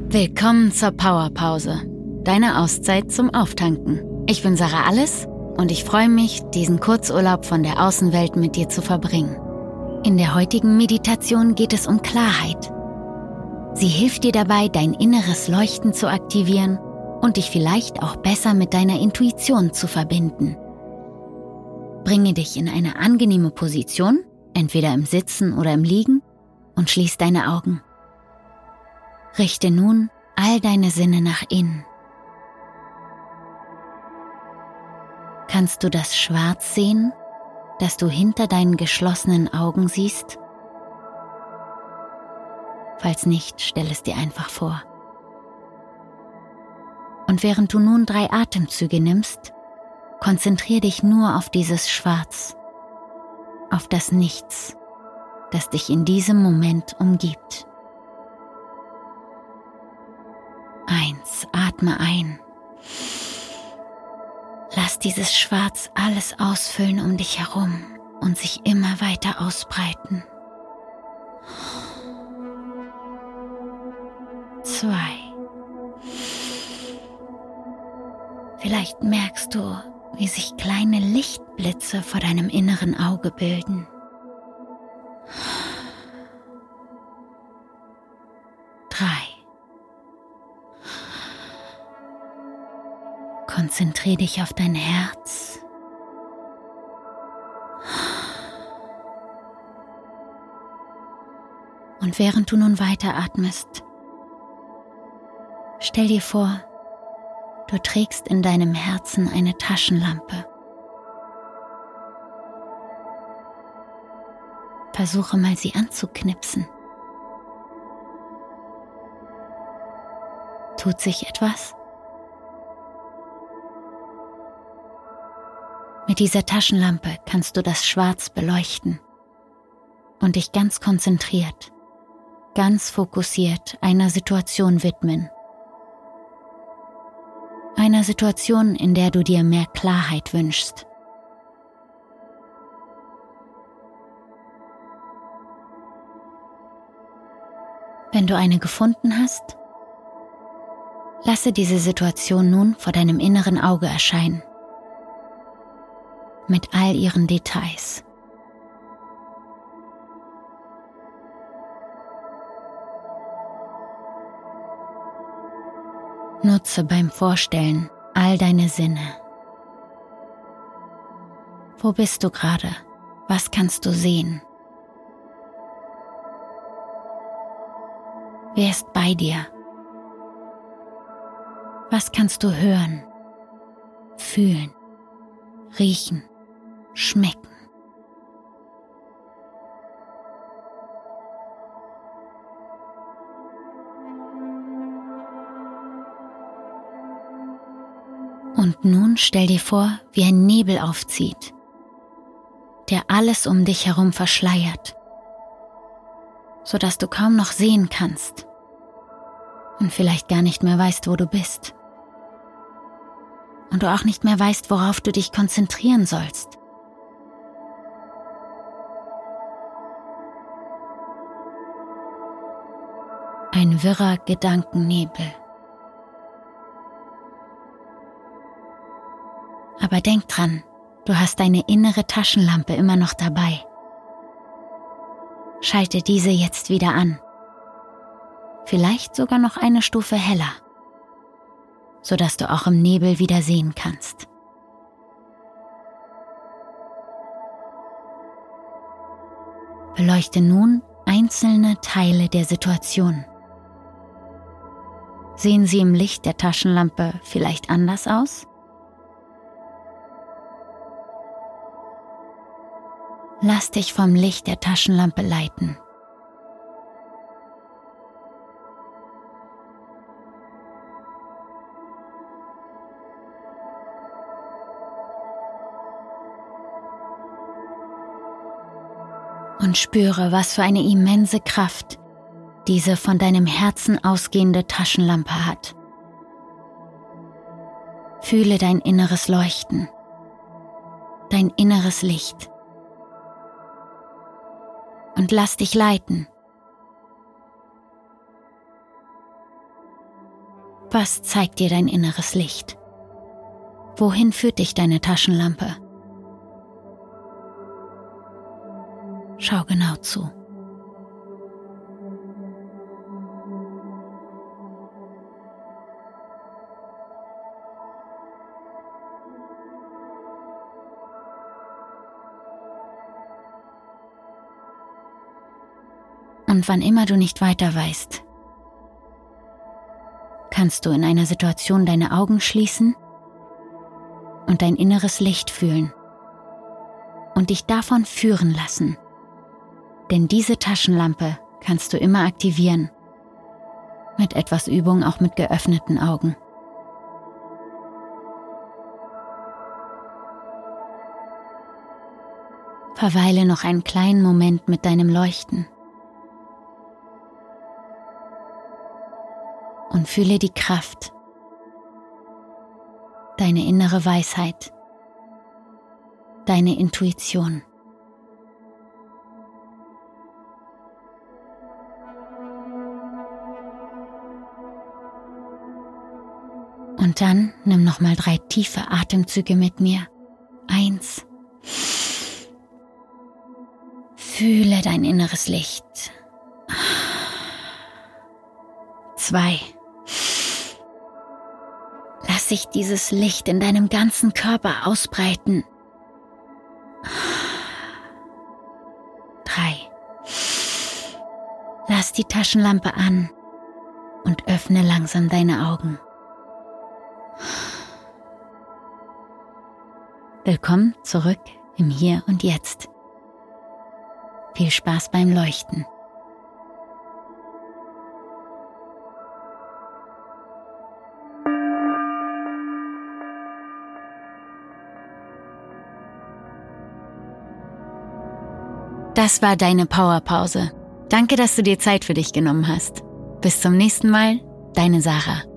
Willkommen zur Powerpause, deine Auszeit zum Auftanken. Ich bin Sarah Alles und ich freue mich, diesen Kurzurlaub von der Außenwelt mit dir zu verbringen. In der heutigen Meditation geht es um Klarheit. Sie hilft dir dabei, dein inneres Leuchten zu aktivieren und dich vielleicht auch besser mit deiner Intuition zu verbinden. Bringe dich in eine angenehme Position, entweder im Sitzen oder im Liegen, und schließ deine Augen. Richte nun all deine Sinne nach innen. Kannst du das Schwarz sehen, das du hinter deinen geschlossenen Augen siehst? Falls nicht, stell es dir einfach vor. Und während du nun 3 Atemzüge nimmst, konzentriere dich nur auf dieses Schwarz, auf das Nichts, das dich in diesem Moment umgibt. 1. Atme ein. Lass dieses Schwarz alles ausfüllen um dich herum und sich immer weiter ausbreiten. 2. Vielleicht merkst du, wie sich kleine Lichtblitze vor deinem inneren Auge bilden. 3. Konzentriere dich auf dein Herz. Und während du nun weiteratmest, stell dir vor, du trägst in deinem Herzen eine Taschenlampe. Versuche mal, sie anzuknipsen. Tut sich etwas? Mit dieser Taschenlampe kannst du das Schwarz beleuchten und dich ganz konzentriert, ganz fokussiert einer Situation widmen. Einer Situation, in der du dir mehr Klarheit wünschst. Wenn du eine gefunden hast, lasse diese Situation nun vor deinem inneren Auge erscheinen. Mit all ihren Details. Nutze beim Vorstellen all deine Sinne. Wo bist du gerade? Was kannst du sehen? Wer ist bei dir? Was kannst du hören, fühlen, riechen, schmecken? Und nun stell dir vor, wie ein Nebel aufzieht, der alles um dich herum verschleiert, sodass du kaum noch sehen kannst und vielleicht gar nicht mehr weißt, wo du bist. Und du auch nicht mehr weißt, worauf du dich konzentrieren sollst. Ein wirrer Gedankennebel. Aber denk dran, du hast deine innere Taschenlampe immer noch dabei. Schalte diese jetzt wieder an. Vielleicht sogar noch eine Stufe heller, sodass du auch im Nebel wieder sehen kannst. Beleuchte nun einzelne Teile der Situation. Sehen sie im Licht der Taschenlampe vielleicht anders aus? Lass dich vom Licht der Taschenlampe leiten. Und spüre, was für eine immense Kraft diese von deinem Herzen ausgehende Taschenlampe hat. Fühle dein inneres Leuchten, dein inneres Licht. Und lass dich leiten. Was zeigt dir dein inneres Licht? Wohin führt dich deine Taschenlampe? Schau genau zu. Und wann immer du nicht weiter weißt, kannst du in einer Situation deine Augen schließen und dein inneres Licht fühlen und dich davon führen lassen. Denn diese Taschenlampe kannst du immer aktivieren, mit etwas Übung auch mit geöffneten Augen. Verweile noch einen kleinen Moment mit deinem Leuchten und fühle die Kraft, deine innere Weisheit, deine Intuition. Und dann nimm nochmal 3 tiefe Atemzüge mit mir. 1. Fühle dein inneres Licht. 2. Lass sich dieses Licht in deinem ganzen Körper ausbreiten. 3. Lass die Taschenlampe an und öffne langsam deine Augen. Willkommen zurück im Hier und Jetzt. Viel Spaß beim Leuchten. Das war deine Powerpause. Danke, dass du dir Zeit für dich genommen hast. Bis zum nächsten Mal, deine Sarah.